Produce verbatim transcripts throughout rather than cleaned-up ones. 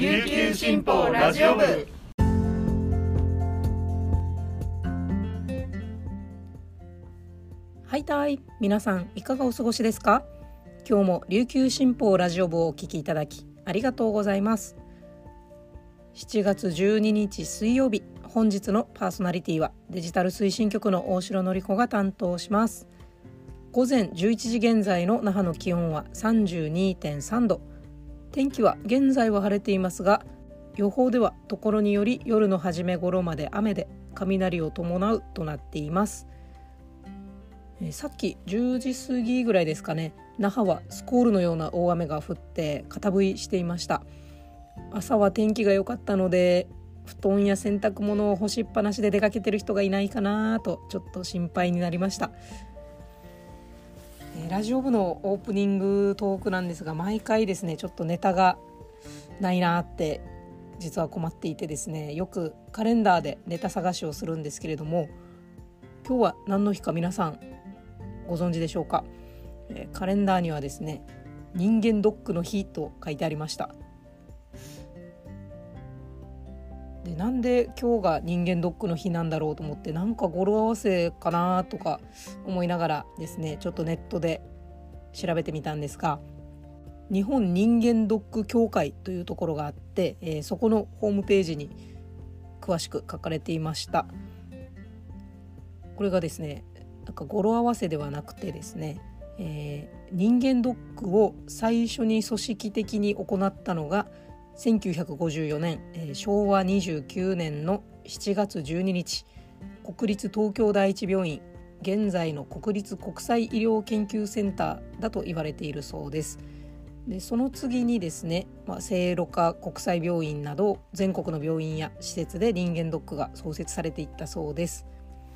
琉球新報ラジオ部。 はいたい、皆さんいかがお過ごしですか？今日も琉球新報ラジオ部をお聞きいただきありがとうございます。しちがつじゅうににち水曜日、本日のパーソナリティはデジタル推進局の大城典子が担当します。午前じゅういちじ現在の那覇の気温は さんじゅうにてんさんど、天気は現在は晴れていますが、予報ではところにより夜の初め頃まで雨で雷を伴うとなっています。えー、さっきじゅうじ過ぎぐらいですかね、那覇はスコールのような大雨が降って片降りしていました。朝は天気が良かったので布団や洗濯物を干しっぱなしで出かけてる人がいないかなとちょっと心配になりました。ラジオ部のオープニングトークなんですが、毎回ですねちょっとネタがないなって実は困っていてですね、よくカレンダーでネタ探しをするんですけれども、今日は何の日か皆さんご存知でしょうか？カレンダーにはですね、人間ドックの日と書いてありました。で、なんで今日が人間ドックの日なんだろうと思って、なんか語呂合わせかなとか思いながらですね、ちょっとネットで調べてみたんですが、日本人間ドック協会というところがあって、えー、そこのホームページに詳しく書かれていました。これがですね、なんか語呂合わせではなくてですね、えー、人間ドックを最初に組織的に行ったのがせんきゅうひゃくごじゅうよねん、えー、しょうわにじゅうきゅうねんのしちがつじゅうににち、国立東京第一病院、現在の国立国際医療研究センターだと言われているそうです。で、その次にですね、まあ、聖路加国際病院など全国の病院や施設で人間ドックが創設されていったそうです。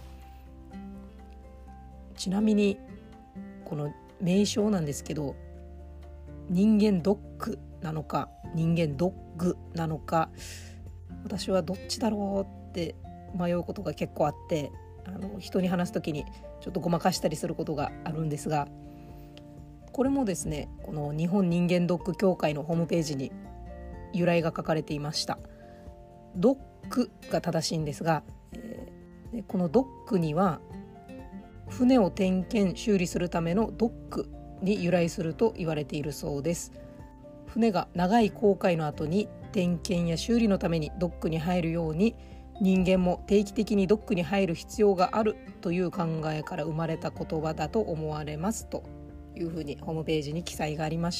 ちなみにこの名称なんですけど、人間ドックなのか人間ドッグなのか、私はどっちだろうって迷うことが結構あって、あの人に話すときにちょっとごまかしたりすることがあるんですが、これもですね、この日本人間ドック協会のホームページに由来が書かれていました。ドックが正しいんですが、えー、このドックには船を点検修理するためのドックに由来すると言われているそうです。船が長い航海の後に点検や修理のためにドックに入るように、人間も定期的にドックに入る必要があるという考えから生まれた言葉だと思われますというふうにホームページに記載がありました。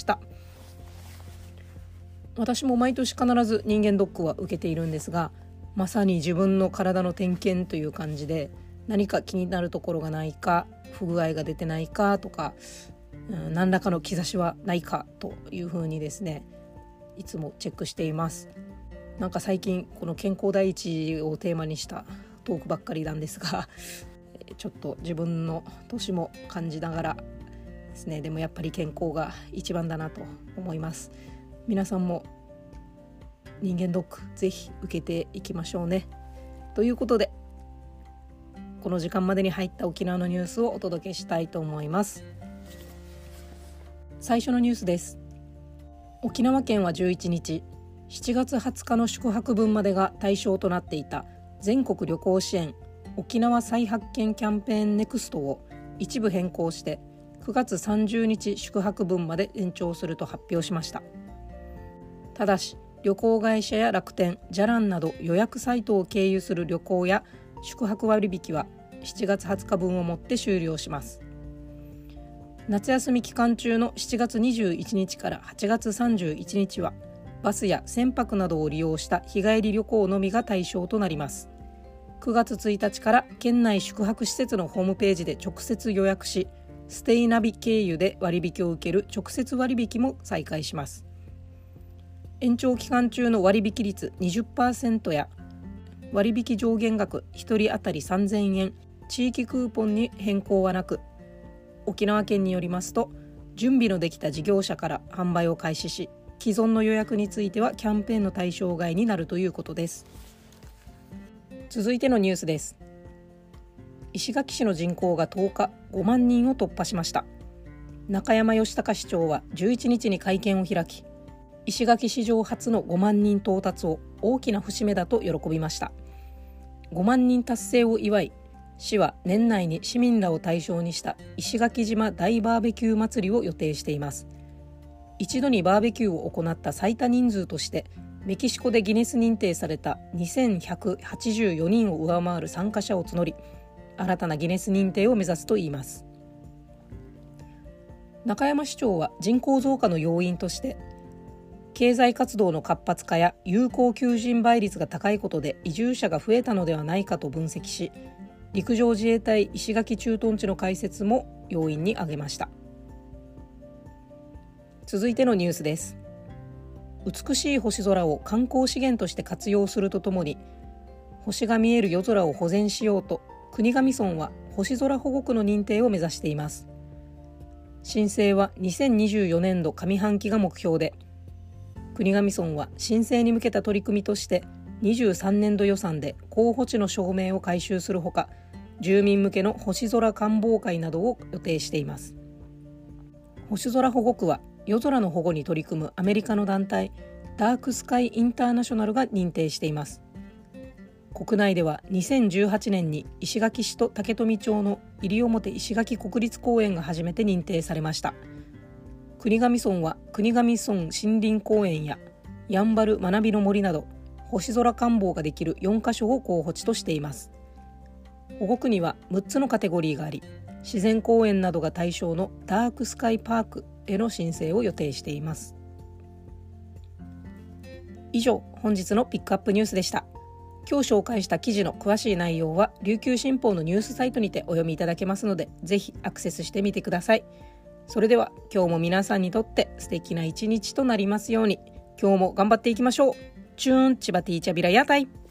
私も毎年必ず人間ドックは受けているんですが、まさに自分の体の点検という感じで、何か気になるところがないか、不具合が出てないかとか、何らかの兆しはないかというふうにですね、いつもチェックしています。なんか最近この健康第一をテーマにしたトークばっかりなんですが、ちょっと自分の年も感じながらですね、でもやっぱり健康が一番だなと思います。皆さんも人間ドックぜひ受けていきましょうね。ということで、この時間までに入った沖縄のニュースをお届けしたいと思います。最初のニュースです。沖縄県はじゅういちにち、しちがつはつかの宿泊分までが対象となっていた全国旅行支援沖縄再発見キャンペーンネクストを一部変更してくがつさんじゅうにち宿泊分まで延長すると発表しました。ただし、旅行会社や楽天、じゃらんなど予約サイトを経由する旅行や宿泊割引はしちがつはつか分をもって終了します。夏休み期間中のしちがつにじゅういちにちからはちがつさんじゅういちにちはバスや船舶などを利用した日帰り旅行のみが対象となります。くがつついたちから県内宿泊施設のホームページで直接予約し、ステイナビ経由で割引を受ける直接割引も再開します。延長期間中の割引率 にじゅっパーセント や割引上限額ひとり当たりさんぜんえん、地域クーポンに変更はなく、沖縄県によりますと、準備のできた事業者から販売を開始し、既存の予約についてはキャンペーンの対象外になるということです。続いてのニュースです。石垣市の人口がとおかごまんにんを突破しました。中山義隆市長はじゅういちにちに会見を開き、 石垣史上初のごまんにん到達を大きな節目だと喜びました。ごまんにん達成を祝い、市は年内に市民らを対象にした石垣島大バーベキュー祭りを予定しています。一度にバーベキューを行った最多人数としてメキシコでギネス認定されたにせんひゃくはちじゅうよにんを上回る参加者を募り、新たなギネス認定を目指すといいます。中山市長は人口増加の要因として、経済活動の活発化や有効求人倍率が高いことで移住者が増えたのではないかと分析し、陸上自衛隊石垣駐屯地の開設も要因に挙げました。続いてのニュースです。美しい星空を観光資源として活用するとともに、星が見える夜空を保全しようと、国頭村は星空保護区の認定を目指しています。申請はにせんにじゅうよねんど上半期が目標で、国頭村は申請に向けた取り組みとしてにじゅうさんねんど予算で候補地の証明を改修するほか、住民向けの星空観望会などを予定しています。星空保護区は夜空の保護に取り組むアメリカの団体ダークスカイインターナショナルが認定しています。国内ではにせんじゅうはちねんに石垣市と竹富町の西表石垣国立公園が初めて認定されました。国頭村は国頭村森林公園ややんばる学びの森など星空観望ができるよんカ所を候補地としています。保護区にはむっつのカテゴリーがあり、自然公園などが対象のダークスカイパークへの申請を予定しています。以上、本日のピックアップニュースでした。今日紹介した記事の詳しい内容は琉球新報のニュースサイトにてお読みいただけますので、ぜひアクセスしてみてください。それでは今日も皆さんにとって素敵な一日となりますように。今日も頑張っていきましょう。チューンチバティーチャビラ屋台。